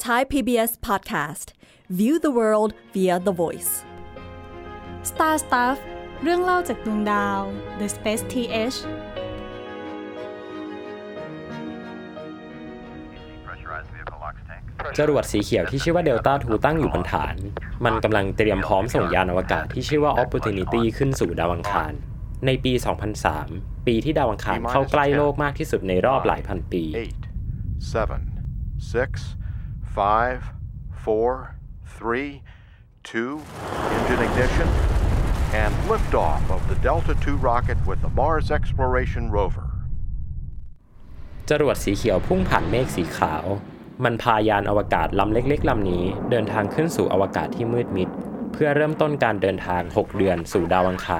Thai PBS Podcast. View the world via the voice. Star Stuff เรื่องเล่าจากดวงดาว The Space TH จรวดสีเขียวที่ชื่อว่า Delta II ตั้งอยู่บนฐานมันกำลังเตรียมพร้อมส่งยานอวกาศที่ชื่อว่า Opportunity ขึ้นสู่ดาวอังคารในปี 2003 ปีที่ดาวอังคารเข้าใกล้โลกมากที่สุดในรอบหลายพันปี 7 6 5 4 3 2 engine ignition and liftoff of the Delta II rocket with the Mars Exploration Rover จรวดสีเขียวพุ่งผ่านเมฆสีขาวมันพายานอวกาศลำเล็กๆลำนี้เดินทางขึ้นสู่อวกาศที่มืดมิดเพื่อเริ่มต้นการเดินทาง6 เดือนสู่ดาวอังคาร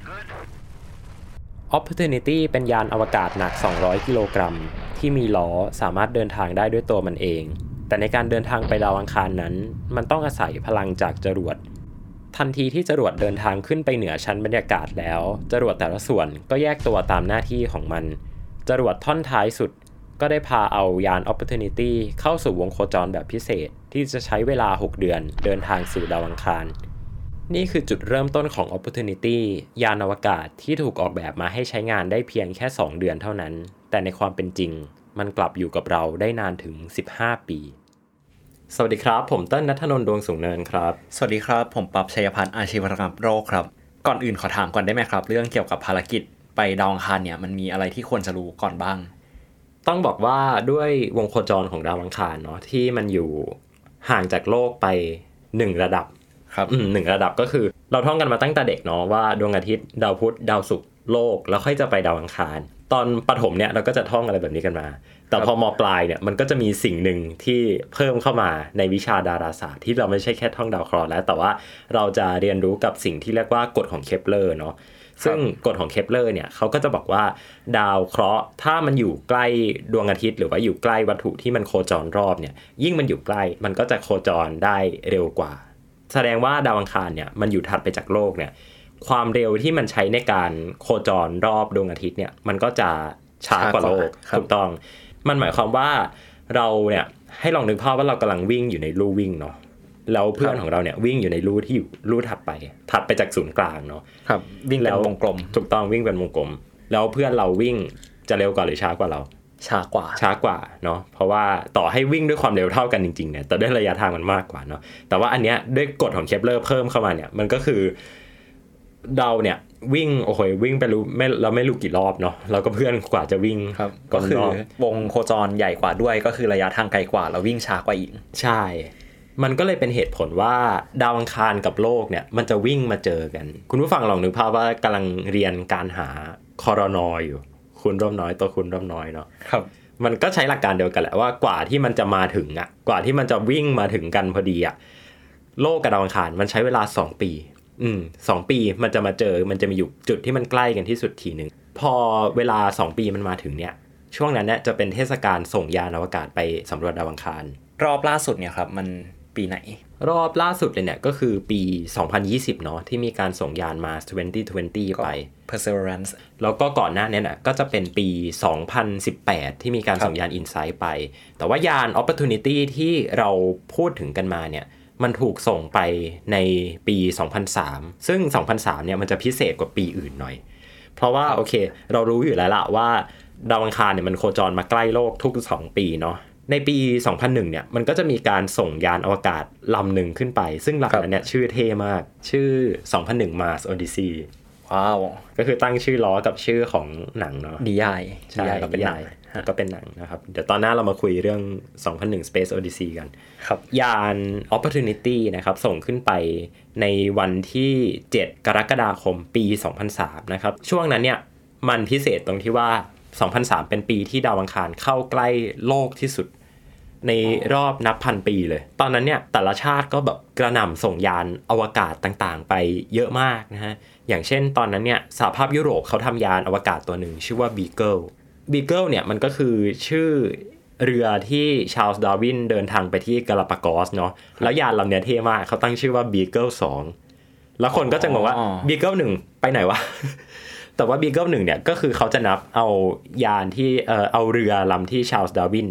Opportunity เป็นยานอวกาศหนัก200กิโลกรัมที่มีล้อสามารถเดินทางได้ด้วยตัวมันเองแต่ในการเดินทางไปดาวอังคารนั้นมันต้องอาศัยพลังจากจรวดทันทีที่จรวดเดินทางขึ้นไปเหนือชั้นบรรยากาศแล้วจรวดแต่ละส่วนก็แยกตัวตามหน้าที่ของมันจรวดท่อนท้ายสุดก็ได้พาเอายาน Opportunity เข้าสู่วงโคจรแบบพิเศษที่จะใช้เวลา6 เดือนเดินทางสู่ดาวอังคารนี่คือจุดเริ่มต้นของ Opportunity ยานอวกาศที่ถูกออกแบบมาให้ใช้งานได้เพียงแค่2 เดือนเท่านั้นแต่ในความเป็นจริงมันกลับอยู่กับเราได้นานถึง15 ปีสวัสดีครับผมเติ้ลณัฐนนท์ดวงสูงเนินครับสวัสดีครับผมปั๊บชัยพันธ์อาชีวกรรมโรคครับก่อนอื่นขอถามก่อนได้ไหมครับเรื่องเกี่ยวกับภารกิจไปดาวอังคารเนี่ยมันมีอะไรที่ควรจะรู้ก่อนบ้างต้องบอกว่าด้วยวงโคจรของดาวอังคารเนาะที่มันอยู่ห่างจากโลกไป1ระดับครับ 1ระดับก็คือเราท่องกันมาตั้งแต่เด็กเนาะว่าดวงอาทิตย์ดาวพุธดาวศุกร์โลกแล้วค่อยจะไปดาวอังคารตอนประถมเนี่ยเราก็จะท่องอะไรแบบนี้กันมาแต่พอม.ปลายเนี่ยมันก็จะมีสิ่งหนึ่งที่เพิ่มเข้ามาในวิชาดาราศาสตร์ที่เราไม่ใช่แค่ท่องดาวเคราะห์แล้วแต่ว่าเราจะเรียนรู้กับสิ่งที่เรียกว่ากฎของเคปเลอร์เนาะซึ่งกฎของเคปเลอร์เนี่ยเขาก็จะบอกว่าดาวเคราะห์ถ้ามันอยู่ใกล้ดวงอาทิตย์หรือว่าอยู่ใกล้วัตถุที่มันโคจรรอบเนี่ยยิ่งมันอยู่ใกล้มันก็จะโคจรได้เร็วกว่าแสดงว่าดาวอังคารเนี่ยมันอยู่ถัดไปจากโลกเนี่ยความเร็วที่มันใช้ในการโคจรรอบดวงอาทิตย์เนี่ยมันก็จะช้ากว่าโลกถูกต้องมันหมายความว่าเราเนี่ยให้ลองนึกภาพว่าเรากำลังวิ่งอยู่ในลู่วิ่งเนาะแล้วเพื่อนของเราเนี่ยวิ่งอยู่ในลู่ที่อยู่ลู่ถัดไปจากศูนย์กลางเนาะครับวิ่งเป็นวงกลมถูกต้องวิ่งเป็นวงกลมแล้วเพื่อนเราวิ่งจะเร็วกว่าหรือช้ากว่าเราช้ากว่าเนาะเพราะว่าต่อให้วิ่งด้วยความเร็วเท่ากันจริงๆเนี่ยแต่ด้วยระยะทางมันมากกว่าเนาะแต่ว่าอันเนี้ยด้วยกฎของเคปเลอร์เพิ่มเข้ามาเนี่ยมันก็คือเราเนี่ยวิ่งวิ่งไปเราไม่รู้กี่รอบเนาะเราก็เพื่อนกว่าจะวิ่งก็คือวงโคจรใหญ่กว่าด้วยก็คือระยะทางไกลกว่าเราวิ่งช้ากว่าอีกใช่มันก็เลยเป็นเหตุผลว่าดาวอังคารกับโลกเนี่ยมันจะวิ่งมาเจอกันคุณผู้ฟังลองนึกภาพว่ากำลังเรียนการหาคอรนอยู่คูณร่วมน้อยตัวคูณร่วมน้อยเนาะครับมันก็ใช้หลักการเดียวกันแหละว่ากว่าที่มันจะมาถึงกว่าที่มันจะวิ่งมาถึงกันพอดีโลกกับดาวอังคารมันใช้เวลา2 ปี2 ปีมันจะมาเจอมันจะมีอยู่จุดที่มันใกล้กันที่สุดทีนึงพอเวลา2 ปีมันมาถึงเนี่ยช่วงนั้นเนี่ยจะเป็นเทศกาลส่งยานอวกาศไปสำรวจดาวอังคารรอบล่าสุดเนี่ยครับมันปีไหนรอบล่าสุดเลยเนี่ยก็คือปี2020เนาะที่มีการส่งยาน Mars 2020 ไป Perseverance แล้วก็ก่อนหน้านี้น่ะก็จะเป็นปี2018ที่มีการส่งยาน InSight ไปแต่ว่ายาน Opportunity ที่เราพูดถึงกันมาเนี่ยมันถูกส่งไปในปี2003ซึ่ง2003เนี่ยมันจะพิเศษกว่าปีอื่นหน่อยเพราะว่าโอเคเรารู้อยู่แล้วล่ะว่าดาวอังคารเนี่ยมันโคจรมาใกล้โลกทุก2 ปีเนาะในปี2001เนี่ยมันก็จะมีการส่งยานอวกาศลำหนึ่งขึ้นไปซึ่งลำนั้นเนี่ยชื่อเท่มากชื่อ2001 Mars Odyssey ว้าวก็คือตั้งชื่อล้อกับชื่อของหนังเนาะนิยายก็เป็นหนังก็เป็นหนังนะครับเดี๋ยวตอนหน้าเรามาคุยเรื่อง2001 Space Odyssey กันครับยาน Opportunity นะครับส่งขึ้นไปในวันที่7 กรกฎาคมปี2003นะครับช่วงนั้นเนี่ยมันพิเศษตรงที่ว่า2003เป็นปีที่ดาวอังคารเข้าใกล้โลกที่สุดในรอบนับพันปีเลยตอนนั้นเนี่ยแต่ละชาติก็แบบกระหน่ำส่งยานอวกาศต่างๆไปเยอะมากนะฮะอย่างเช่นตอนนั้นเนี่ยสหภาพยุโรปเขาทำยานอวกาศตัวหนึ่งชื่อว่า Beagle เนี่ยมันก็คือชื่อเรือที่ชาร์ลส์ดาร์วินเดินทางไปที่กาลาปากอสเนาะแล้วยานลำเนี้ยเท่มากเขาตั้งชื่อว่า Beagle 2แล้วคนก็จะงงว่า Beagle 1ไปไหนวะ แต่ว่า Beagle 1เนี่ยก็คือเขาจะนับเอายานที่เอาเรือลำที่ชาร์ลส์ดาร์วินเนี่ย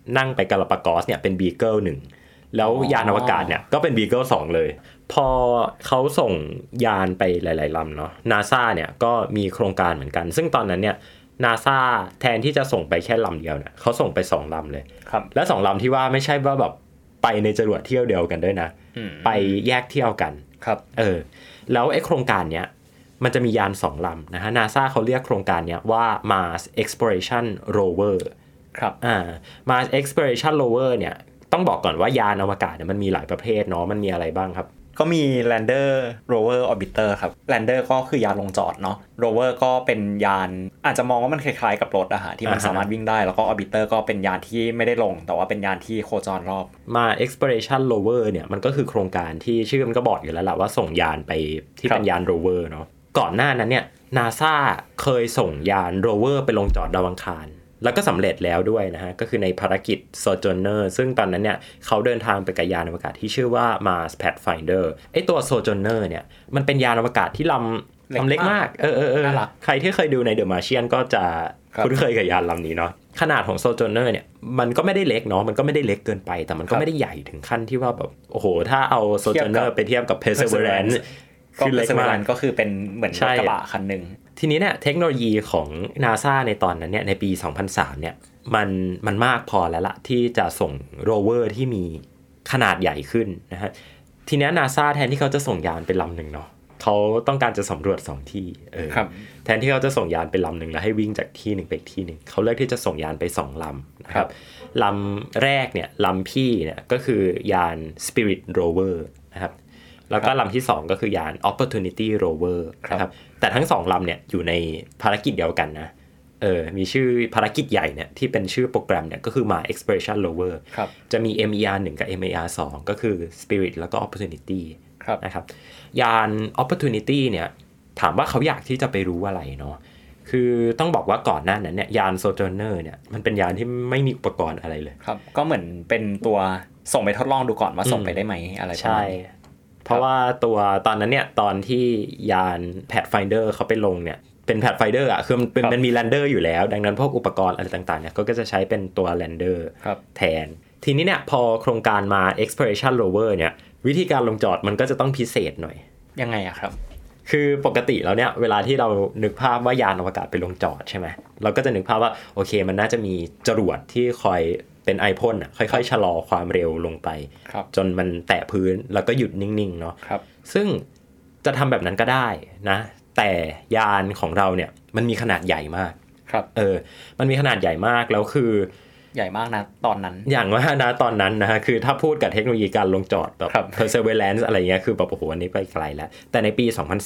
นั่งไปกาลาปากอสเนี่ยเป็นบีเกิล1แล้วยานอวกาศเนี่ยก็เป็นบีเกิล2เลยพอเขาส่งยานไปหลายๆลำเนาะ NASA เนี่ยก็มีโครงการเหมือนกันซึ่งตอนนั้นเนี่ย NASA แทนที่จะส่งไปแค่ลำเดียวเนี่ยเขาส่งไป2ลำเลยครับและ2ลำที่ว่าไม่ใช่ว่าแบบไปในจรวดเที่ยวเดียวกันด้วยนะไปแยกเที่ยวกันครับแล้วไอ้โครงการเนี้ยมันจะมียาน2ลำนะฮะ NASA เขาเรียกโครงการเนี้ยว่า Mars Exploration Rover ครับ Mars Exploration Rover เนี่ยต้องบอกก่อนว่ายานอวกาศเนี่ยมันมีหลายประเภทเนาะมันมีอะไรบ้างครับก็มี Lander Rover Orbiter ครับ Lander ก็คือยานลงจอดเนาะ Rover ก็เป็นยานอาจจะมองว่ามันคล้ายๆกับรถอะฮะที่มันสามารถวิ่งได้แล้วก็ Orbiter ก็เป็นยานที่ไม่ได้ลงแต่ว่าเป็นยานที่โคจรรอบมา Exploration Rover เนี่ยมันก็คือโครงการที่ชื่อมันก็บอกอยู่แล้วแหละว่าส่งยานไปที่เป็นยาน Rover เนาะก่อนหน้านั้นเนี่ย NASA เคยส่งยาน Rover ไปลงจอดดาวอังคารแล้วก็สำเร็จแล้วด้วยนะฮะก็คือในภารกิจ Sojourner ซึ่งตอนนั้นเนี่ยเขาเดินทางไปกับยานอวกาศที่ชื่อว่า Mars Pathfinder ไอ้ตัว Sojourner เนี่ยมันเป็นยานอวกาศที่ลำเล็กมากใครที่เคยดูใน The Martian ก็จะคุ้นเคยกับยานลำนี้เนาะขนาดของ Sojourner เนี่ยมันก็ไม่ได้เล็กเนาะมันก็ไม่ได้เล็กเกินไปแต่มันก็ไม่ได้ใหญ่ถึงขั้นที่ว่าแบบโอ้โหถ้าเอา Sojourner ไปเทียบกับ Perseverance คือเล็กมากก็คือเป็นเหมือนรถกระบะคันนึงทีนี้เนี่ยเทคโนโลยีของ NASA ในตอนนั้นเนี่ยในปี 2003 เนี่ยมันมากพอแล้วละที่จะส่งโรเวอร์ที่มีขนาดใหญ่ขึ้นนะฮะทีนี้ NASA แทนที่เขาจะส่งยานไปลำหนึ่งเนาะเขาต้องการจะสำรวจ2ที่แทนที่เขาจะส่งยานไปลำหนึ่งแล้วให้วิ่งจากที่หนึ่งไปอีกที่หนึ่งเขาเลือกที่จะส่งยานไป2ลำนะครับลำแรกเนี่ยลำพี่เนี่ยก็คือยาน Spirit Rover นะครับแล้วก็ลำที่2ก็คือยาน Opportunity Rover นะครับแต่ทั้ง2ลำเนี่ยอยู่ในภารกิจเดียวกันนะมีชื่อภารกิจใหญ่เนี่ยที่เป็นชื่อโปรแกรมเนี่ยก็คือ Mars Exploration Rover จะมี MER 1 กับ MER 2ก็คือ Spirit แล้วก็ Opportunity นะครับยาน Opportunity เนี่ยถามว่าเขาอยากที่จะไปรู้อะไรเนาะคือต้องบอกว่าก่อนหน้านั้นเนี่ยยาน Sojourner เนี่ยมันเป็นยานที่ไม่มีอุปกรณ์อะไรเลยครับก็เหมือนเป็นตัวส่งไปทดลองดูก่อนว่าส่งไปได้ไหมอะไรใช่เพราะว่าตัวตอนนั้นเนี่ยตอนที่ยาน Pathfinder เขาไปลงเนี่ยเป็น Pathfinder อ่ะคือมันมี Lander อยู่แล้วดังนั้นพวกอุปกรณ์อะไรต่างๆเนี่ยก็จะใช้เป็นตัว Lander แทนทีนี้เนี่ยพอโครงการมา Exploration Rover เนี่ยวิธีการลงจอดมันก็จะต้องพิเศษหน่อยยังไงอะครับคือปกติแล้วเนี่ยเวลาที่เรานึกภาพว่ายานอวกาศไปลงจอดใช่ไหมเราก็จะนึกภาพว่าโอเคมันน่าจะมีจรวดที่คอยเป็นไอพ่นอ่ะค่อยๆชะลอความเร็วลงไปจนมันแตะพื้นแล้วก็หยุดนิ่งๆเนาะซึ่งจะทำแบบนั้นก็ได้นะแต่ยานของเราเนี่ยมันมีขนาดใหญ่มากมันมีขนาดใหญ่มากแล้วคือใหญ่มากนะตอนนั้นอย่างว่านะตอนนั้นนะฮะคือถ้าพูดกับเทคโนโลยีการลงจอดแบบ Perseverance อะไรเงี้ยคือแบบโอ้โหอันนี้ไปไกลแล้วแต่ในปี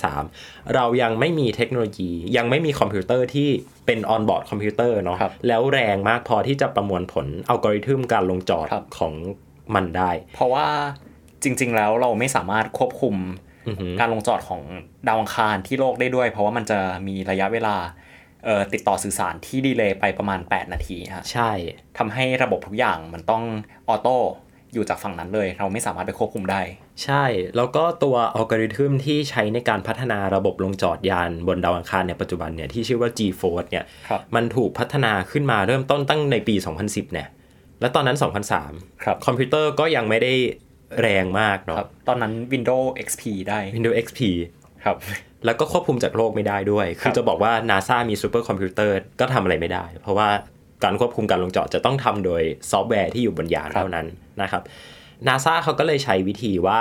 2003 เรายังไม่มีเทคโนโลยียังไม่มีคอมพิวเตอร์ที่เป็น on board คอมพิวเตอร์เนาะแล้วแรงมากพอที่จะประมวลผลอัลกอริทึมการลงจอดของมันได้เพราะว่าจริงๆแล้วเราไม่สามารถควบคุมการลงจอดของดาวอังคารที่โลกได้ด้วยเพราะว่ามันจะมีระยะเวลาติดต่อสื่อสารที่ดีเลย์ไปประมาณ8นาทีฮะใช่ทำให้ระบบทุกอย่างมันต้องออโต้อยู่จากฝั่งนั้นเลยเราไม่สามารถไปควบคุมได้ใช่แล้วก็ตัวอัลกอริทึมที่ใช้ในการพัฒนาระบบลงจอดยานบนดาวอังคารในปัจจุบันเนี่ยที่ชื่อว่า G-Force เนี่ยมันถูกพัฒนาขึ้นมาเริ่มต้นตั้งในปี 2010เนี่ยและตอนนั้น 2003 คอมพิวเตอร์ก็ยังไม่ได้แรงมากเนาะตอนนั้น Windows XP ได้ Windows XP ครับแล้วก็ควบคุมจากโลกไม่ได้ด้วยคือจะบอกว่า NASA มีซูเปอร์คอมพิวเตอร์ก็ทำอะไรไม่ได้เพราะว่าการควบคุมการลงจอดจะต้องทำโดยซอฟต์แวร์ที่อยู่บนยานเท่านั้นนะครับ NASA เขาก็เลยใช้วิธีว่า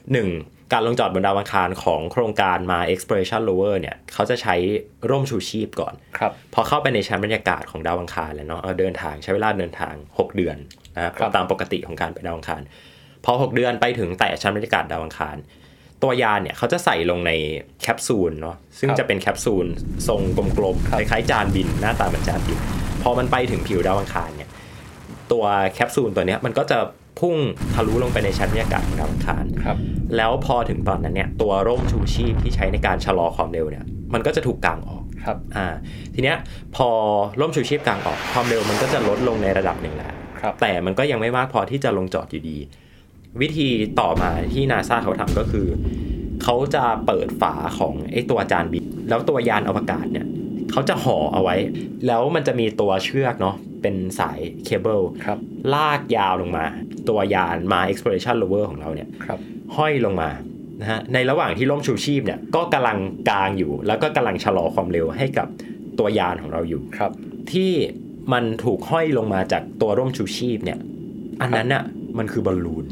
1. การลงจอดบนดาวอังคารของโครงการมา Exploration Rover เนี่ยเขาจะใช้ร่มชูชีพก่อนพอเข้าไปในชั้นบรรยากาศของดาวอังคารแล้วเนาะเดินทางใช้เวลาเดินทาง6เดือนนะครับตามปกติของการไปดาวอังคารพอ6เดือนไปถึงแตะชั้นบรรยากาศดาวอังคารตัวยานเนี่ยเขาจะใส่ลงในแคปซูลเนาะซึ่งจะเป็นแคปซูลทรงกลมๆคล้ายๆจานบินหน้าตาเหมือนจานบินพอมันไปถึงผิวดาวอังคารเนี่ยตัวแคปซูลตัวนี้มันก็จะพุ่งทะลุลงไปในชั้นบรรยากาศของดาวอังคารแล้วพอถึงตอนนั้นเนี่ยตัวร่มชูชีพที่ใช้ในการชะลอความเร็วเนี่ยมันก็จะถูกกางออกทีเนี้ยพอร่มชูชีพกางออกความเร็วมันก็จะลดลงในระดับหนึ่งแล้วแต่มันก็ยังไม่มากพอที่จะลงจอดอยู่ดีวิธีต่อมาที่ NASA เขาทำก็คือเขาจะเปิดฝาของไอ้ตัวจานบินแล้วตัวยานอวกาศเนี่ยเขาจะห่อเอาไว้แล้วมันจะมีตัวเชือกเนาะเป็นสายเคเบิลลากยาวลงมาตัวยาน Mars Exploration Rover ของเราเนี่ยห้อยลงมานะฮะในระหว่างที่ร่มชูชีพเนี่ยก็กำลังกางอยู่แล้วก็กำลังชะลอความเร็วให้กับตัวยานของเราอยู่ที่มันถูกห้อยลงมาจากตัวร่มชูชีพเนี่ยอันนั้นน่ะมันคือบอลลูน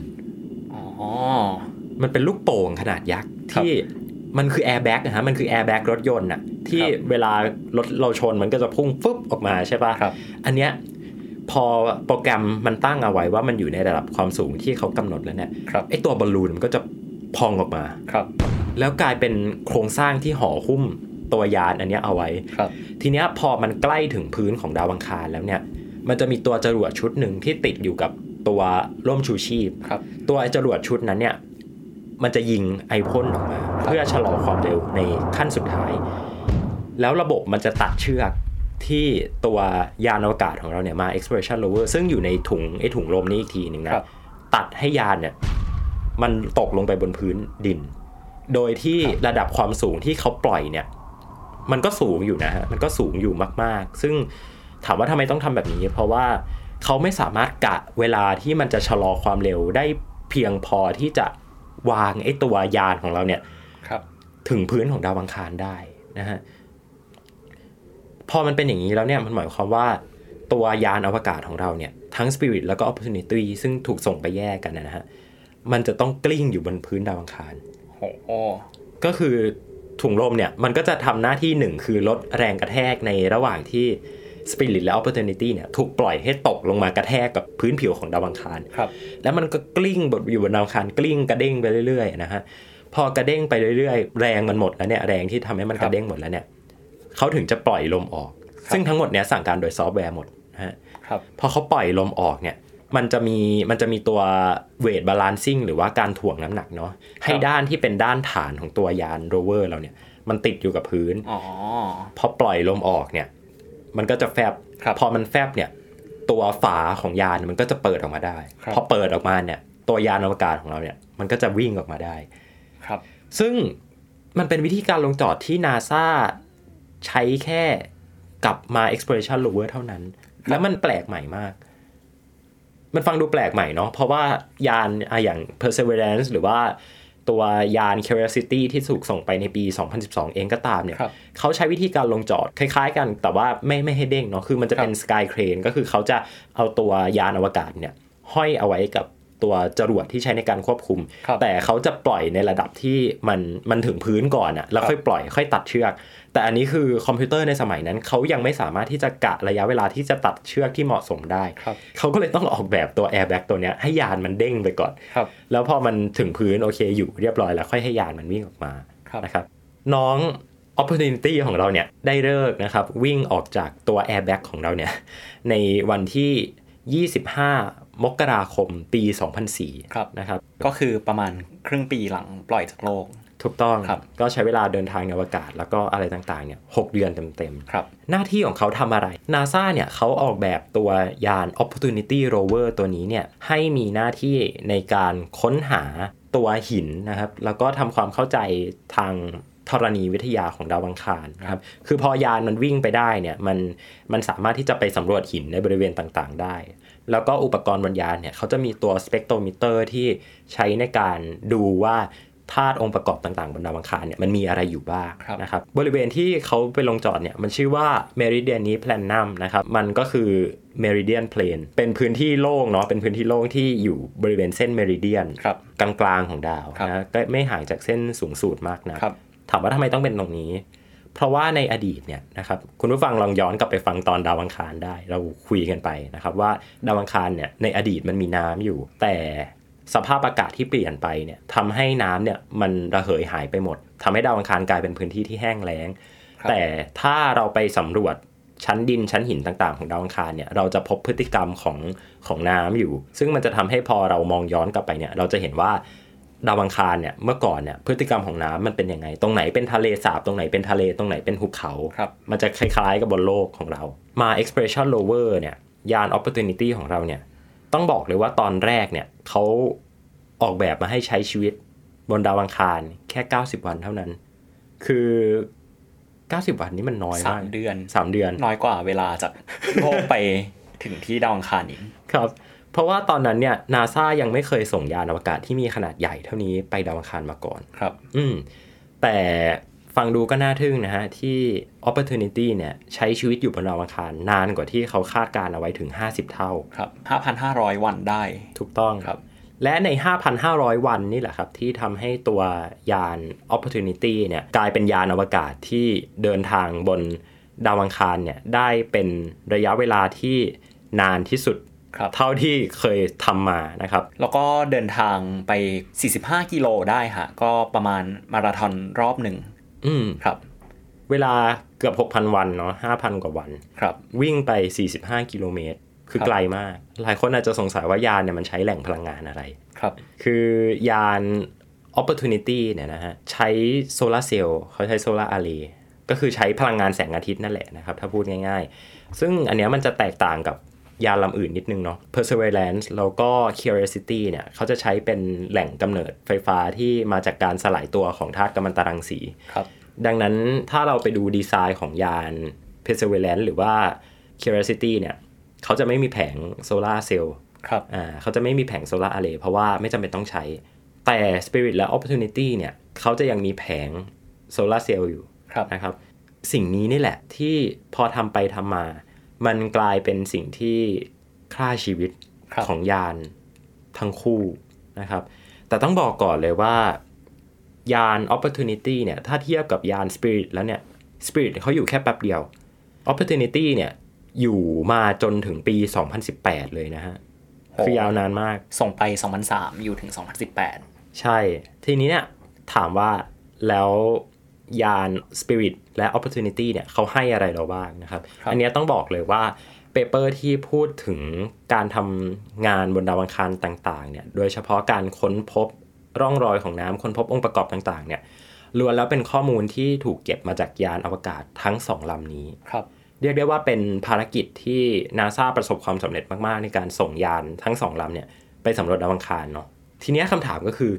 มันเป็นลูกโป่งขนาดยักษ์ที่มันคือแอร์แบ็กนะฮะมันคือแอร์แบ็กรถยนต์น่ะที่เวลารถเราชนมันก็จะพุ่งฟึบออกมาใช่ป่ะอันเนี้ยพอโปรแกรมมันตั้งเอาไว้ว่ามันอยู่ในระดับความสูงที่เขากำหนดแล้วเนี่ยไอ้ตัวบอลลูนมันก็จะพองออกมาแล้วกลายเป็นโครงสร้างที่ห่อหุ้มตัวยานอันนี้เอาไว้ทีเนี้ยพอมันใกล้ถึงพื้นของดาวอังคารแล้วเนี่ยมันจะมีตัวจรวดชุดหนึ่งที่ติดอยู่กับตัวร่มชูชีพตัวจรวดชุดนั้นเนี่ยมันจะยิงไอพ่นออกมาเพื่อชะลอความเร็วในขั้นสุดท้ายแล้วระบบมันจะตัดเชือกที่ตัวยานอวกาศของเราเนี่ยมา Exploration Rover ซึ่งอยู่ในถุงลมนี้อีกทีนึงนะตัดให้ยานเนี่ยมันตกลงไปบนพื้นดินโดยที่ระดับความสูงที่เขาปล่อยเนี่ยมันก็สูงอยู่นะฮะมันก็สูงอยู่มากๆซึ่งถามว่าทำไมต้องทำแบบนี้เพราะว่าเขาไม่สามารถกะเวลาที่มันจะชะลอความเร็วได้เพียงพอที่จะวางไอ้ตัวยานของเราเนี่ยถึงพื้นของดาวอังคารได้นะฮะพอมันเป็นอย่างนี้แล้วเนี่ยมันหมายความว่าตัวยานอวกาศของเราเนี่ยทั้ง Spirit แล้วก็ Opportunity ซึ่งถูกส่งไปแยกกันนะฮะมันจะต้องกลิ้งอยู่บนพื้นดาวอังคารก็คือถุงลมเนี่ยมันก็จะทำหน้าที่หนึ่งคือลดแรงกระแทกในระหว่างที่ Spirit และ Opportunity เนี่ยถูกปล่อยให้ตกลงมากระแทกกับพื้นผิวของดาวอังคารแล้วมันก็กลิ้งอยู่บนดาวอังคารกลิ้งกระเด้งไปเรื่อยๆนะฮะพอกระเด้งไปเรื่อยๆแรงมันหมดแล้วเนี่ยแรงที่ทำให้มันกระเด้งหมดแล้วเนี่ยเขาถึงจะปล่อยลมออกซึ่งทั้งหมดเนี้ยสั่งการโดยซอฟต์แวร์หมดนะฮะพอเขาปล่อยลมออกเนี่ยมันจะมีตัวเวทบาลานซิ่งหรือว่าการถ่วงน้ำหนักเนาะให้ด้านที่เป็นด้านฐานของตัวยานโรเวอร์เราเนี่ยมันติดอยู่กับพื้นพอปล่อยลมออกเนี่ยมันก็จะแฟบพอมันแฟบเนี่ยตัวฝาของยานมันก็จะเปิดออกมาได้พอเปิดออกมาเนี่ยตัวยานอวกาศของเราเนี่ยมันก็จะวิ่งออกมาได้ซึ่งมันเป็นวิธีการลงจอดที่ NASA ใช้แค่กับมา Exploration Rover เท่านั้นแล้วมันแปลกใหม่มากมันฟังดูแปลกใหม่เนาะเพราะว่ายานอย่าง Perseverance หรือว่าตัวยาน Curiosity ที่ถูกส่งไปในปี 2012 เองก็ตามเนี่ยเขาใช้วิธีการลงจอดคล้ายๆกันแต่ว่าไม่ให้เด้งเนาะคือมันจะเป็น Sky Crane ก็คือเขาจะเอาตัวยานอวกาศเนี่ยห้อยเอาไว้กับตัวจรวดที่ใช้ในการควบคุมแต่เขาจะปล่อยในระดับที่มันถึงพื้นก่อนอะแล้วค่อยปล่อยค่อยตัดเชือกแต่อันนี้คือคอมพิวเตอร์ในสมัยนั้นเขายังไม่สามารถที่จะกะระยะเวลาที่จะตัดเชือกที่เหมาะสมได้เขาก็เลยต้องออกแบบตัวแอร์แบ็กตัวเนี้ยให้ยานมันเด้งไปก่อนแล้วพอมันถึงพื้นโอเคอยู่เรียบร้อยแล้วค่อยให้ยานมันวิ่งออกมานะครับน้อง Opportunity ของเราเนี่ยได้เลิกนะครับวิ่งออกจากตัวแอร์แบ็กของเราเนี่ยในวันที่25 มกราคมปี 2004นะครับก็คือประมาณครึ่งปีหลังปล่อยจากโลกถูกต้องก็ใช้เวลาเดินทางในอวกาศแล้วก็อะไรต่างๆเนี่ย6 เดือนเต็มๆหน้าที่ของเขาทำอะไร NASA เนี่ยเขาออกแบบตัวยาน Opportunity Rover ตัวนี้เนี่ยให้มีหน้าที่ในการค้นหาตัวหินนะครับแล้วก็ทำความเข้าใจทางธรณีวิทยาของดาวอังคารนะครับคือพอยานมันวิ่งไปได้เนี่ยมันสามารถที่จะไปสำรวจหินในบริเวณต่างๆได้แล้วก็อุปกรณ์บนยานเนี่ยเขาจะมีตัวสเปกโทรมิเตอร์ที่ใช้ในการดูว่าธาตุองค์ประกอบต่างๆบนดาวอังคารเนี่ยมันมีอะไรอยู่บ้างนะครับบริเวณที่เขาไปลงจอดเนี่ยมันชื่อว่า Meridiani Planum นะครับมันก็คือ Meridian Plain เป็นพื้นที่โล่งเนาะเป็นพื้นที่โล่งที่อยู่บริเวณเส้น Meridian กลางๆของดาวนะก็ไม่ห่างจากเส้นสูงสุดมากนะถามว่าทำไมต้องเป็นตรงนี้เพราะว่าในอดีตเนี่ยนะครับคุณผู้ฟังลองย้อนกลับไปฟังตอนดาวอังคารได้เราคุยกันไปนะครับว่าดาวอังคารเนี่ยในอดีตมันมีน้ำอยู่แต่สภาพอากาศที่เปลี่ยนไปเนี่ยทำให้น้ำเนี่ยมันระเหยหายไปหมดทำให้ดาวอังคารกลายเป็นพื้นที่ที่แห้งแล้งแต่ถ้าเราไปสำรวจชั้นดินชั้นหินต่างๆของดาวอังคารเนี่ยเราจะพบพฤติกรรมของน้ำอยู่ซึ่งมันจะทำให้พอเรามองย้อนกลับไปเนี่ยเราจะเห็นว่าดาวอังคารเนี่ยเมื่อก่อนเนี่ยพฤติกรรมของน้ำมันเป็นยังไงตรงไหนเป็นทะเลสาบตรงไหนเป็นทะเลตรงไหนเป็นหุบเขามันจะคล้ายๆกับบนโลกของเรามา Exploration Rover เนี่ยยาน Opportunity ของเราเนี่ยต้องบอกเลยว่าตอนแรกเนี่ยเขาออกแบบมาให้ใช้ชีวิตบนดาวอังคารแค่90 วันเท่านั้นคือ90 วันนี้มันน้อยมาก 3 เดือน 3 เดือนน้อยกว่าเวลาจากโลกไปถึงที่ดาวอังคารอีกครับเพราะว่าตอนนั้นเนี่ย NASA ยังไม่เคยส่งยานอวกาศที่มีขนาดใหญ่เท่านี้ไปดาวอังคารมาก่อนครับแต่ฟังดูก็น่าทึ่งนะฮะที่ Opportunity เนี่ยใช้ชีวิตอยู่บนดาวอังคารนานกว่าที่เขาคาดการเอาไว้ถึง50เท่าครับ 5,500 วันได้ถูกต้องครับและใน 5,500 วันนี่แหละครับที่ทำให้ตัวยาน Opportunity เนี่ยกลายเป็นยานอวกาศที่เดินทางบนดาวอังคารเนี่ยได้เป็นระยะเวลาที่นานที่สุดเท่าที่เคยทำมานะครับแล้วก็เดินทางไป45กิโลได้ฮะก็ประมาณมาราธอนรอบหนึ่งครับเวลาเกือบ 6,000 วันเนาะ 5,000 กว่าวันครับวิ่งไป45กิโลเมตรคือไกลมากหลายคนอาจจะสงสัยว่ายานเนี่ยมันใช้แหล่งพลังงานอะไรครับคือยาน Opportunity เนี่ยนะฮะใช้โซลาร์เซลล์เขาใช้โซลาร์อาร์เรย์ก็คือใช้พลังงานแสงอาทิตย์นั่นแหละนะครับถ้าพูดง่ายๆซึ่งอันเนี้ยมันจะแตกต่างกับยานลำอื่นนิดนึงเนาะ Perseverance แล้วก็ Curiosity เนี่ยเขาจะใช้เป็นแหล่งกำเนิดไฟฟ้าที่มาจากการสลายตัวของธาตุกัมมันตรังสีครับดังนั้นถ้าเราไปดูดีไซน์ของยาน Perseverance หรือว่า Curiosity เนี่ยเขาจะไม่มีแผงโซลาร์เซลล์ครับเขาจะไม่มีแผงโซลาร์อาร์เรย์เพราะว่าไม่จำเป็นต้องใช้แต่ Spirit และ Opportunity เนี่ยเขาจะยังมีแผงโซลาร์เซลล์อยู่นะครับสิ่งนี้นี่แหละที่พอทำไปทำมามันกลายเป็นสิ่งที่ฆ่าชีวิตของยานทั้งคู่นะครับแต่ต้องบอกก่อนเลยว่ายาน Opportunity เนี่ยถ้าเทียบกับยาน Spirit แล้วเนี่ย Spirit เขาอยู่แค่แป๊บเดียว Opportunity เนี่ยอยู่มาจนถึงปี 2018 เลยนะฮะคือยาวนานมากส่งไป 2003 อยู่ถึง 2018 ใช่ทีนี้เนี่ยถามว่าแล้วยาน Spirit และ Opportunity เนี่ยเขาให้อะไรเราบ้างนะครับอันนี้ต้องบอกเลยว่าเปเปอร์ที่พูดถึงการทำงานบนดาวอังคารต่างๆเนี่ยโดยเฉพาะการค้นพบร่องรอยของน้ำค้นพบองค์ประกอบต่างๆเนี่ยล้วนแล้วเป็นข้อมูลที่ถูกเก็บมาจากยานอวกาศทั้ง2ลำนี้เรียกได้ว่าเป็นภารกิจที่ NASA ประสบความสำเร็จมากๆในการส่งยานทั้ง2ลำเนี่ยไปสำรวจดาวอังคารเนาะทีนี้คำถามก็คือ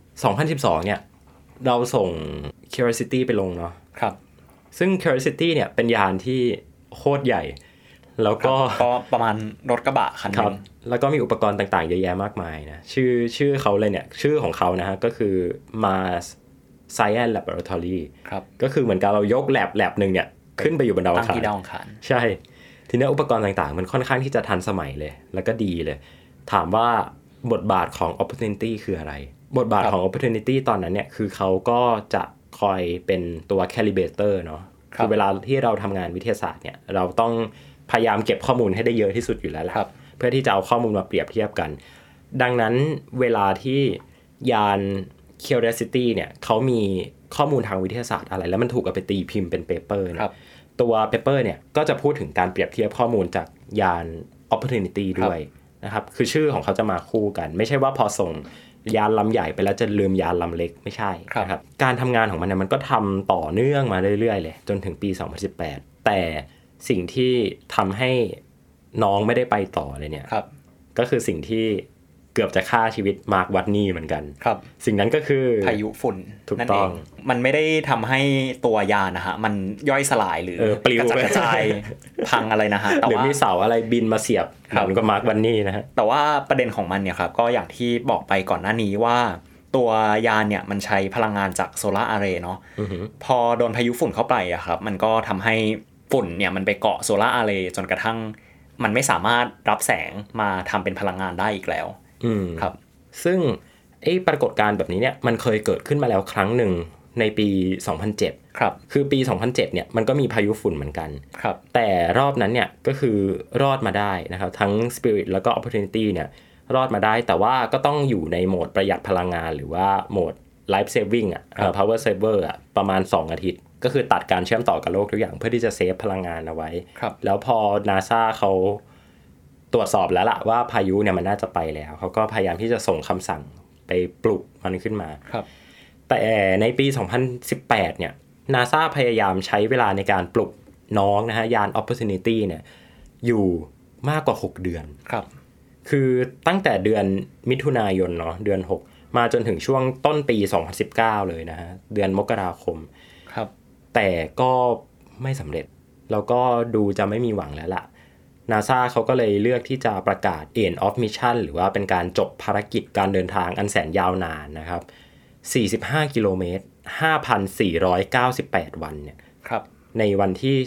2012เนี่ยเราส่ง Curiosity ไปลงเนาะครับซึ่ง Curiosity เนี่ยเป็นยานที่โคตรใหญ่แล้วก็ประมาณรถกระบะคันนึงแล้วก็มีอุปกรณ์ต่างๆเยอะแยะมากมายนะชื่อเขาเลยเนี่ยชื่อของเขานะฮะก็คือ Mars Science Laboratory ครับก็คือเหมือนกับเรายกแลบนึงเนี่ยขึ้นไปอยู่บนดาวอังคารใช่ทีนี้อุปกรณ์ต่างๆมันค่อนข้างที่จะทันสมัยเลยแล้วก็ดีเลยถามว่าบทบาทของ Opportunity คืออะไรบทบาทของ Opportunity ตอนนั้นเนี่ยคือเขาก็จะคอยเป็นตัว calibrator เนาะคือเวลาที่เราทำงานวิทยาศาสตร์เนี่ยเราต้องพยายามเก็บข้อมูลให้ได้เยอะที่สุดอยู่แล้วแหละเพื่อที่จะเอาข้อมูลมาเปรียบเทียบกันดังนั้นเวลาที่ยาน Curiosity เนี่ยเขามีข้อมูลทางวิทยาศาสตร์อะไรแล้วมันถูกเอาไปตีพิมพ์เป็นเปเปอร์เนี่ยตัวเปเปอร์เนี่ยก็จะพูดถึงการเปรียบเทียบข้อมูลจากยาน Opportunity ด้วยนะครับคือชื่อของเขาจะมาคู่กันไม่ใช่ว่าพอส่งยานลำใหญ่ไปแล้วจะลืมยานลำเล็กไม่ใช่นะครับการทำงานของมันเนี่ยมันก็ทำต่อเนื่องมาเรื่อยๆเลยจนถึงปี 2018 แต่สิ่งที่ทำให้น้องไม่ได้ไปต่อเลยเนี่ยก็คือสิ่งที่เกือบจะฆ่าชีวิตมาร์ควัตนี่เหมือนกันสิ่งนั้นก็คือพายุฝุ่นนั่นเองมันไม่ได้ทำให้ตัวยานนะฮะมันย่อยสลายหรือปลิวกระจายพังอะไรนะฮะหรือมีเสาอะไรบินมาเสียบเหมือนกับมาร์ควัตนี่นะฮะแต่ว่าประเด็นของมันเนี่ยครับก็อย่างที่บอกไปก่อนหน้านี้ว่าตัวยานเนี่ยมันใช้พลังงานจากโซลาร์อาร์เรย์เนาะพอโดนพายุฝุ่นเข้าไปอะครับมันก็ทำให้ฝุ่นเนี่ยมันไปเกาะโซลาร์อาร์เรย์จนกระทั่งมันไม่สามารถรับแสงมาทำเป็นพลังงานได้อีกแล้วครับซึ่งปรากฏการณ์แบบนี้เนี่ยมันเคยเกิดขึ้นมาแล้วครั้งหนึ่งในปี 2007 ครับคือปี 2007เนี่ยมันก็มีพายุฝุ่นเหมือนกันครับแต่รอบนั้นเนี่ยก็คือรอดมาได้นะครับทั้ง Spirit แล้วก็ Opportunity เนี่ยรอดมาได้แต่ว่าก็ต้องอยู่ในโหมดประหยัดพลังงานหรือว่าโหมด Life Saving Power Saver ประมาณ2อาทิตย์ก็คือตัดการเชื่อมต่อกับโลกทุกอย่างเพื่อที่จะเซฟพลังงานเอาไว้แล้วพอ NASA เขาตรวจสอบแล้วล่ะว่าพายุเนี่ยมันน่าจะไปแล้วเขาก็พยายามที่จะส่งคำสั่งไปปลุกมันขึ้นมาแต่ในปี 2018 เนี่ย NASA พยายามใช้เวลาในการปลุกน้องนะฮะยาน Opportunity เนี่ยอยู่มากกว่า6เดือนคือตั้งแต่เดือนมิถุนายนเนาะเดือน6มาจนถึงช่วงต้นปี 2019 เลยนะฮะเดือนมกราคมแต่ก็ไม่สำเร็จแล้วก็ดูจะไม่มีหวังแล้วล่ะ NASA เขาก็เลยเลือกที่จะประกาศ end of mission หรือว่าเป็นการจบภารกิจการเดินทางอันแสนยาวนานนะครับ45กิโลเมตร 5,498 วันเนี่ยครับในวันที่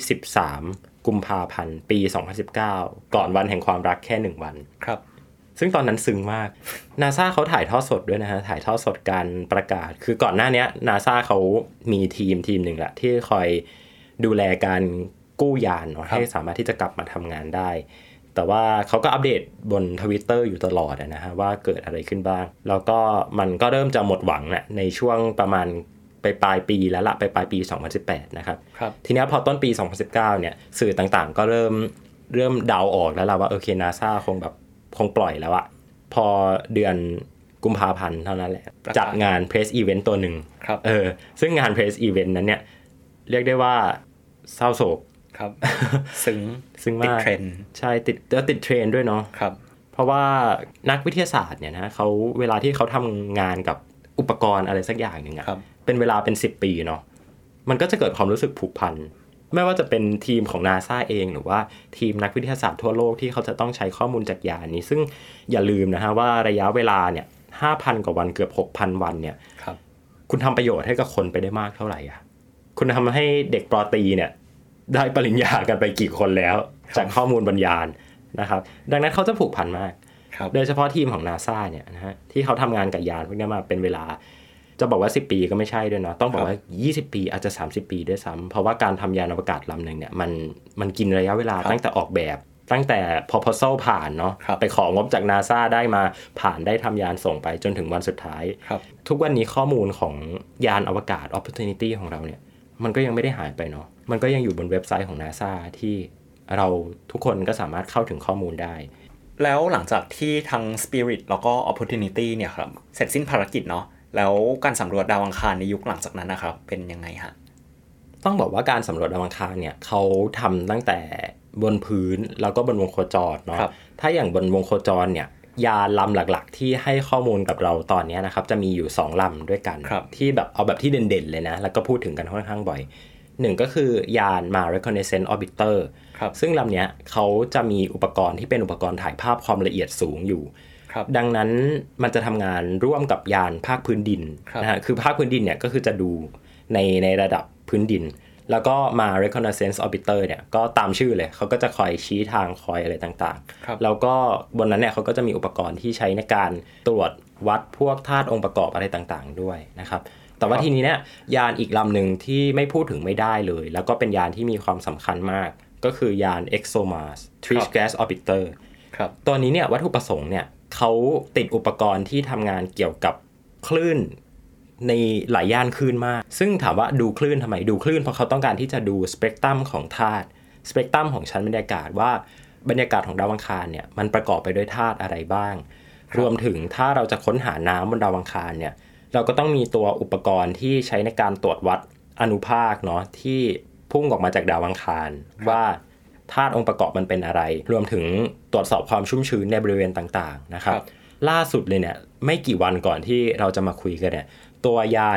13กุมภาพันธ์ปี2019ก่อนวันแห่งความรักแค่1วันครับซึ่งตอนนั้นซึ้งมาก NASA เขาถ่ายทอดสดด้วยนะฮะถ่ายทอดสดการประกาศคือก่อนหน้านี้ NASA เขามีทีมหนึ่งแหละที่คอยดูแลการกู้ยานให้สามารถที่จะกลับมาทำงานได้แต่ว่าเขาก็อัปเดตบน Twitter อยู่ตลอดนะฮะว่าเกิดอะไรขึ้นบ้างแล้วก็มันก็เริ่มจะหมดหวังนะในช่วงประมาณปลายปีแล้วละปลายปี2018นะครับทีนี้พอต้นปี2019เนี่ยสื่อต่างๆก็เริ่มเดาออกแล้วล่ะว่าโอเค NASA คงปล่อยแล้วอะพอเดือนกุมภาพันธ์เท่านั้นแหละจัดงาน Press Event ตัวหนึ่งซึ่งงาน Press Event นั้นเนี่ยเรียกได้ว่าเศร้าโศกครับซึ้งมากติดเทรนด์ใช่ติดเทรนด์ด้วยเนาะครับเพราะว่านักวิทยาศาสตร์เนี่ยนะเขาเวลาที่เขาทำงานกับอุปกรณ์อะไรสักอย่างหนึ่งอะเป็นเวลาเป็น10ปีเนาะมันก็จะเกิดความรู้สึกผูกพันไม่ว่าจะเป็นทีมของ NASA เองหรือว่าทีมนักวิทยาศาสตร์ทั่วโลกที่เขาจะต้องใช้ข้อมูลจากยานนี้ซึ่งอย่าลืมนะฮะว่าระยะเวลาเนี่ย 5,000 กว่าวันเกือบ 6,000 วันเนี่ยคุณทำประโยชน์ให้กับคนไปได้มากเท่าไหร่อ่ะคุณทำให้เด็กปรตรีเนี่ยได้ปริญญากันไปกี่คนแล้วจากข้อมูลบนยานนะครับดังนั้นเขาจะผูกพันมากโดยเฉพาะทีมของ NASA เนี่ยนะฮะที่เขาทำงานกับยานพวกนี้มาเป็นเวลาจะบอกว่า10ปีก็ไม่ใช่ด้วยเนาะต้องบอกว่า20ปีอาจจะ30ปีด้วยซ้ำเพราะว่าการทำยานอวกาศลำนึงเนี่ยมันกินระยะเวลาตั้งแต่ออกแบบตั้งแต่ proposal ผ่านเนาะไปของบจาก NASA ได้มาผ่านได้ทำยานส่งไปจนถึงวันสุดท้ายทุกวันนี้ข้อมูลของยานอวกาศ Opportunity ของเราเนี่ยมันก็ยังไม่ได้หายไปเนาะมันก็ยังอยู่บนเว็บไซต์ของ NASA ที่เราทุกคนก็สามารถเข้าถึงข้อมูลได้แล้วหลังจากที่ทั้ง Spirit แล้วก็ Opportunity เนี่ยครับเสร็จสิ้นภารกิจเนาะแล้วการสำรวจดาวอังคารในยุคหลังจากนั้นนะครับเป็นยังไงฮะต้องบอกว่าการสำรวจดาวอังคารเนี่ยเขาทำตั้งแต่บนพื้นแล้วก็บนวงโคจรเนาะถ้าอย่างบนวงโคจรเนี่ยยานลำหลักๆที่ให้ข้อมูลกับเราตอนนี้นะครับจะมีอยู่2ลำด้วยกันที่แบบเอาแบบที่เด่นๆเลยนะแล้วก็พูดถึงกันค่อนข้างบ่อยหนึ่งก็คือยาน Mars Reconnaissance Orbiter ซึ่งลำเนี้ยเขาจะมีอุปกรณ์ที่เป็นอุปกรณ์ถ่ายภาพความละเอียดสูงอยู่ดังนั้นมันจะทำงานร่วมกับยานภาคพื้นดินนะฮะคือภาคพื้นดินเนี่ยก็คือจะดูในระดับพื้นดินแล้วก็มา Reconnaissance Orbiter เนี่ยก็ตามชื่อเลยเขาก็จะคอยชี้ทางคอยอะไรต่างๆแล้วก็บนนั้นเนี่ยเขาก็จะมีอุปกรณ์ที่ใช้ในการตรวจวัดพวกธาตุองค์ประกอบอะไรต่างๆด้วยนะครับแต่ว่าทีนี้เนี่ยยานอีกลำหนึ่งที่ไม่พูดถึงไม่ได้เลยแล้วก็เป็นยานที่มีความสำคัญมากก็คือยาน ExoMars Trace Gas Orbiter ตัวนี้เนี่ยวัตถุประสงค์เนี่ยเขาติดอุปกรณ์ที่ทำงานเกี่ยวกับคลื่นในหลายย่านคลื่นมากซึ่งถามว่าดูคลื่นทำไมดูคลื่นเพราะเขาต้องการที่จะดูสเปกตรัมของธาตุสเปกตรัมของชั้นบรรยากาศว่าบรรยากาศของดาวอังคารเนี่ยมันประกอบไปด้วยธาตุอะไรบ้างรวมถึงถ้าเราจะค้นหาน้ำบนดาวอังคารเนี่ยเราก็ต้องมีตัวอุปกรณ์ที่ใช้ในการตรวจวัดอนุภาคเนาะที่พุ่งออกมาจากดาวอังคารว่าธาตุองค์ประกอบมันเป็นอะไรรวมถึงตรวจสอบความชุ่มชื้นในบริเวณต่างๆนะครับล่าสุดเลยเนี่ยไม่กี่วันก่อนที่เราจะมาคุยกันเนี่ยตัวยาน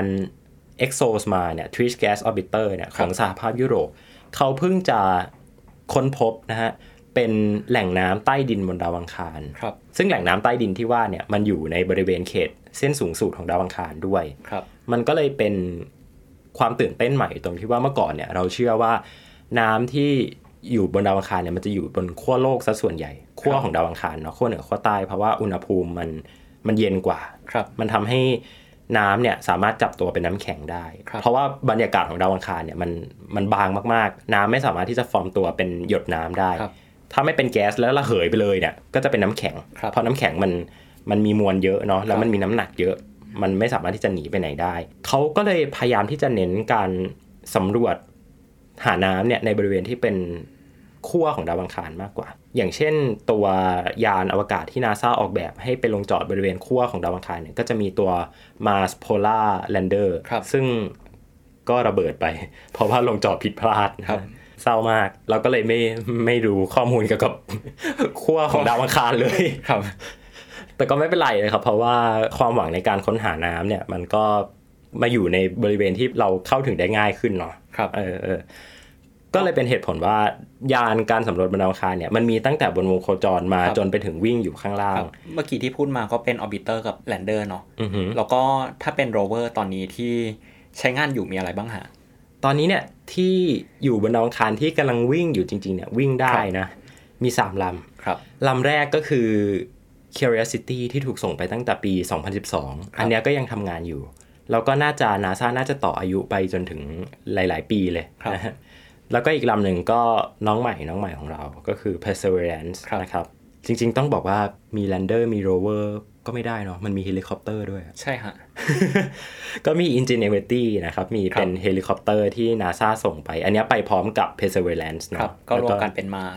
ExoMars เนี่ย Trace Gas Orbiter เนี่ยของสหภาพยุโรปเขาเพิ่งจะค้นพบนะฮะเป็นแหล่งน้ำใต้ดินบนดาวอังคารซึ่งแหล่งน้ำใต้ดินที่ว่าเนี่ยมันอยู่ในบริเวณเขตเส้นศูนย์สูตรของดาวอังคารด้วยมันก็เลยเป็นความตื่นเต้นใหม่ตรงที่ว่าเมื่อก่อนเนี่ยเราเชื่อว่าน้ำที่อยู่บนดาวอังคารเนี่ยมันจะอยู่บนขั้วโลกซะส่วนใหญ่ขั้วของดาวอังคารเนาะขั้วเหนือขั้วใต้เพราะว่าอุณหภูมิมันเย็นกว่ามันทำให้น้ำเนี่ยสามารถจับตัวเป็นน้ำแข็งได้เพราะว่าบรรยากาศของดาวอังคารเนี่ยมันบางมากๆน้ำไม่สามารถที่จะฟอร์มตัวเป็นหยดน้ำได้ถ้าไม่เป็นแก๊สแล้วระเหยไปเลยเนี่ยก็จะเป็นน้ำแข็งเพราะน้ำแข็งมันมีมวลเยอะเนาะแล้วมันมีน้ำหนักเยอะมันไม่สามารถที่จะหนีไปไหนได้เขาก็เลยพยายามที่จะเน้นการสำรวจหาน้ำเนี่ยในบริเวณที่เป็นขั้วของดาวอังคารมากกว่าอย่างเช่นตัวยานอวกาศที่ NASA ออกแบบให้ไปลงจอดบริเวณขั้วของดาวอังคารเนี่ยก็จะมีตัว Mars Polar Lander ซึ่งก็ระเบิดไปเพราะว่าลงจอดผิดพลาดเศร้ามากเราก็เลยไม่รู้ข้อมูลเกี่ยวกับขั้วของดาวอังคารเลยครับแต่ก็ไม่เป็นไรเลยครับเพราะว่าความหวังในการค้นหาน้ำเนี่ยมันก็มาอยู่ในบริเวณที่เราเข้าถึงได้ง่ายขึ้นเนาะก็เลยเป็นเหตุผลว่ายานการสำรวจบนดาวอังคารเนี่ยมันมีตั้งแต่บนวงโคจรมาจนไปถึงวิ่งอยู่ข้างล่างเมื่อกี้ที่พูดมาก็เป็นออร์บิเตอร์กับแลนเดอร์เนาะแล้วก็ถ้าเป็นโรเวอร์ตอนนี้ที่ใช้งานอยู่มีอะไรบ้างฮะตอนนี้เนี่ยที่อยู่บนดาวอังคารที่กำลังวิ่งอยู่จริงๆเนี่ยวิ่งได้นะมี3ลำลำแรกก็คือ Curiosity ที่ถูกส่งไปตั้งแต่ปี 2012 อันเนี้ยก็ยังทำงานอยู่แล้วก็NASA น่าจะต่ออายุไปจนถึงหลายๆปีเลยนะฮะแล้วก็อีกลำหนึ่งก็น้องใหม่ของเราก็คือ Perseverance นะครับจริงๆต้องบอกว่ามี Lander มี Rover ก็ไม่ได้เนาะมันมีเฮลิคอปเตอร์ด้วยใช่ฮะก็มี Ingenuity นะครับมีเป็นเฮลิคอปเตอร์ที่ NASA ส่งไปอันนี้ไปพร้อมกับ Perseverance เนาะก็รวมกันเป็นมา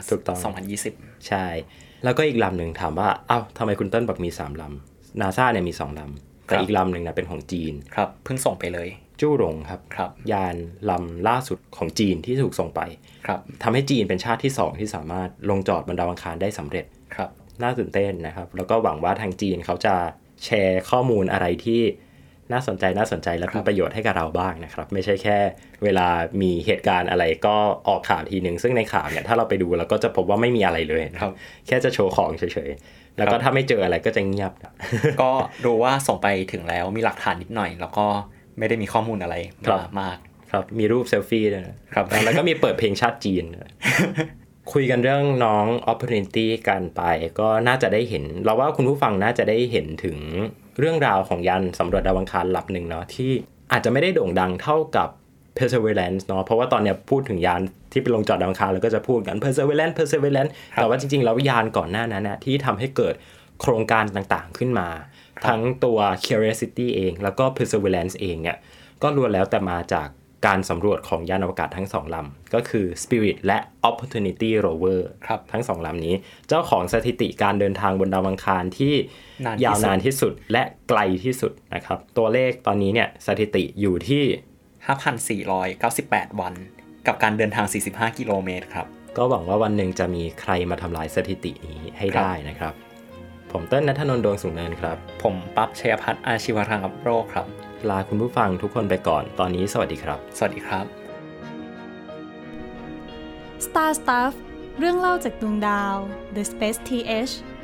2020 ใช่แล้วก็อีกลำหนึ่งถามว่าอ้าวทำไมคุณเติ้ลบอกมี3ลำ NASA เนี่ยมี2ลำแต่อีกลำหนึ่งนะเป็นของจีนครับเพิ่งส่งไปเลยจู้หลงครับยานลำล่าสุดของจีนที่ถูกส่งไปทำให้จีนเป็นชาติที่2ที่สามารถลงจอดบนดาวอังคารได้สำเร็จน่าตื่นเต้นนะครับแล้วก็หวังว่าทางจีนเขาจะแชร์ข้อมูลอะไรที่น่าสนใจและเป็นประโยชน์ให้กับเราบ้างนะครับไม่ใช่แค่เวลามีเหตุการณ์อะไรก็ออกข่าวทีนึงซึ่งในข่าวเนี่ยถ้าเราไปดูเราก็จะพบว่าไม่มีอะไรเลยนะครับแค่จะโชว์ของเฉยๆแล้วก็ถ้าไม่เจออะไรก็จะเงียบก็ดูว่าส่งไปถึงแล้วมีหลักฐานนิดหน่อยแล้วก็ไม่ได้มีข้อมูลอะไรมากครับมีรูปเซลฟี่ด้วยครับแล้วก็มีเปิดเพลงชาติจีนคุยกันเรื่องน้อง Opportunity กันไปก็น่าจะได้เห็นเราว่าคุณผู้ฟังน่าจะได้เห็นถึงเรื่องราวของยานสำรวจดาวอังคารลำหนึ่งเนาะที่อาจจะไม่ได้โด่งดังเท่ากับ Perseverance เนาะเพราะว่าตอนเนี้ยพูดถึงยานที่ไปลงจอดดาวอังคารแล้วก็จะพูดกัน Perseverance แต่ว่าจริงๆแล้วยานก่อนหน้านั้นนะที่ทำให้เกิดโครงการต่างๆขึ้นมาทั้งตัว Curiosity เองแล้วก็ Perseverance เองเนี่ยก็ล้วนแล้วแต่มาจากการสำรวจของยานอวกาศทั้ง2ลำก็คือ Spirit และ Opportunity Rover ทั้ง2ลำนี้เจ้าของสถิติการเดินทางบนดาวอังคารที่ยาวนานที่สุดและไกลที่สุดนะครับตัวเลขตอนนี้เนี่ยสถิติอยู่ที่ 5,498 วันกับการเดินทาง45กิโลเมตรครับก็หวังว่าวันหนึ่งจะมีใครมาทำลายสถิตินี้ให้ได้นะครับผมเติ้ลณัฐนนท์ดวงสุขเนินครับผมปั๊บชัยพัฒน์อาชีวรังกับโรคครับลาคุณผู้ฟังทุกคนไปก่อนตอนนี้สวัสดีครับสวัสดีครับ Star Stuff เรื่องเล่าจากดวงดาว The Space TH